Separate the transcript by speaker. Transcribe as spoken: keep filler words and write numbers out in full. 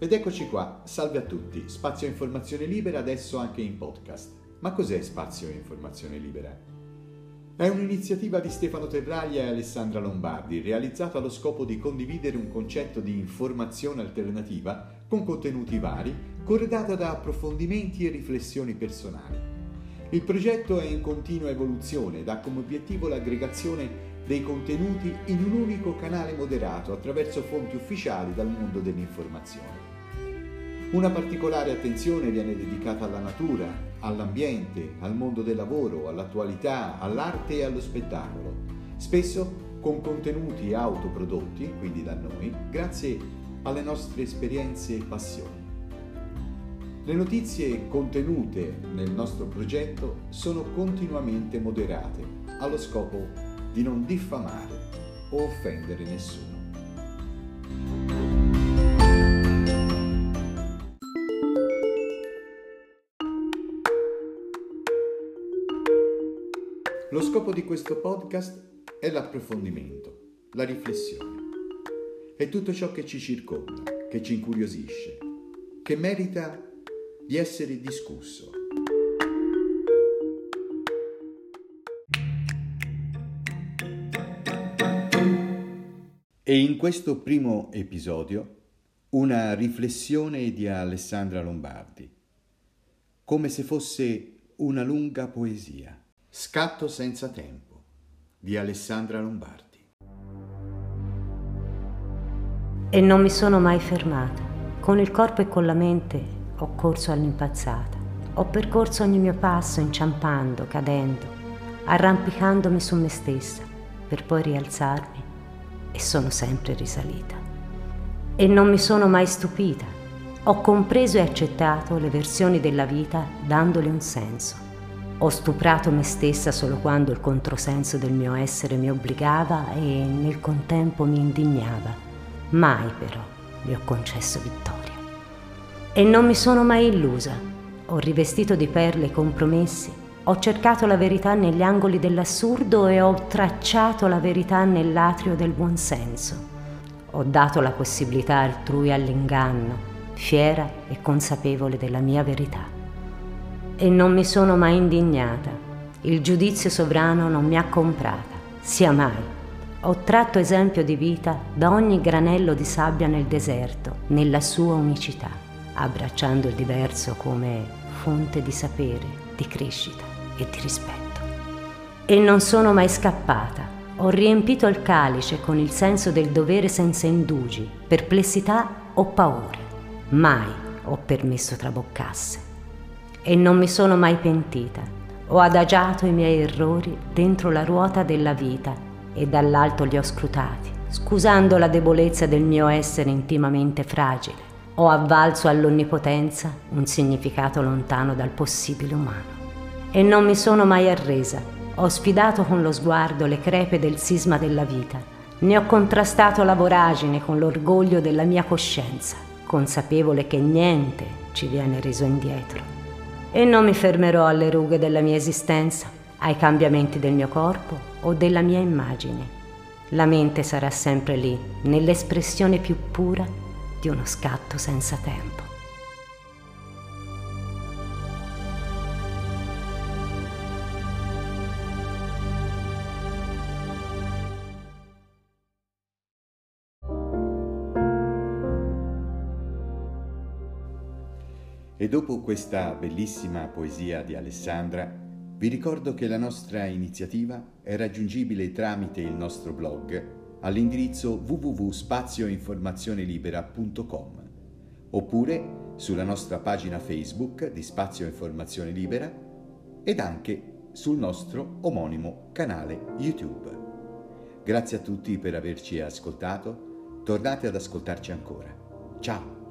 Speaker 1: Ed eccoci qua, salve a tutti, Spazio Informazione Libera adesso anche in podcast. Ma cos'è Spazio Informazione Libera? È un'iniziativa di Stefano Terraglia e Alessandra Lombardi, realizzata allo scopo di condividere un concetto di informazione alternativa con contenuti vari, corredata da approfondimenti e riflessioni personali. Il progetto è in continua evoluzione ed ha come obiettivo l'aggregazione dei contenuti in un unico canale moderato attraverso fonti ufficiali dal mondo dell'informazione. Una particolare attenzione viene dedicata alla natura, all'ambiente, al mondo del lavoro, all'attualità, all'arte e allo spettacolo, spesso con contenuti autoprodotti, quindi da noi, grazie alle nostre esperienze e passioni. Le notizie contenute nel nostro progetto sono continuamente moderate, allo scopo di non diffamare o offendere nessuno. Lo scopo di questo podcast è l'approfondimento, la riflessione. È tutto ciò che ci circonda, che ci incuriosisce, che merita di essere discusso. E in questo primo episodio una riflessione di Alessandra Lombardi, come se fosse una lunga poesia. Scatto senza tempo di Alessandra Lombardi.
Speaker 2: E non mi sono mai fermata. Con il corpo e con la mente ho corso all'impazzata. Ho percorso ogni mio passo inciampando, cadendo, arrampicandomi su me stessa per poi rialzarmi e sono sempre risalita. E non mi sono mai stupita. Ho compreso e accettato le versioni della vita dandole un senso. Ho stuprato me stessa solo quando il controsenso del mio essere mi obbligava e nel contempo mi indignava. Mai però le ho concesso vittoria. E non mi sono mai illusa. Ho rivestito di perle i compromessi. Ho cercato la verità negli angoli dell'assurdo e ho tracciato la verità nell'atrio del buonsenso. Ho dato la possibilità altrui all'inganno, fiera e consapevole della mia verità. E non mi sono mai indignata. Il giudizio sovrano non mi ha comprata, sia mai. Ho tratto esempio di vita da ogni granello di sabbia nel deserto, nella sua unicità, abbracciando il diverso come fonte di sapere, di crescita e di rispetto. E non sono mai scappata. Ho riempito il calice con il senso del dovere senza indugi, perplessità o paure. Mai ho permesso traboccasse. E non mi sono mai pentita. Ho adagiato i miei errori dentro la ruota della vita e dall'alto li ho scrutati, scusando la debolezza del mio essere intimamente fragile. Ho avvalso all'onnipotenza un significato lontano dal possibile umano. E non mi sono mai arresa. Ho sfidato con lo sguardo le crepe del sisma della vita. Ne ho contrastato la voragine con l'orgoglio della mia coscienza, consapevole che niente ci viene reso indietro. E non mi fermerò alle rughe della mia esistenza, ai cambiamenti del mio corpo o della mia immagine. La mente sarà sempre lì, nell'espressione più pura di uno scatto senza tempo.
Speaker 1: E dopo questa bellissima poesia di Alessandra, vi ricordo che la nostra iniziativa è raggiungibile tramite il nostro blog all'indirizzo w w w punto spazio informazione libera punto com oppure sulla nostra pagina Facebook di Spazio Informazione Libera ed anche sul nostro omonimo canale YouTube. Grazie a tutti per averci ascoltato, tornate ad ascoltarci ancora. Ciao!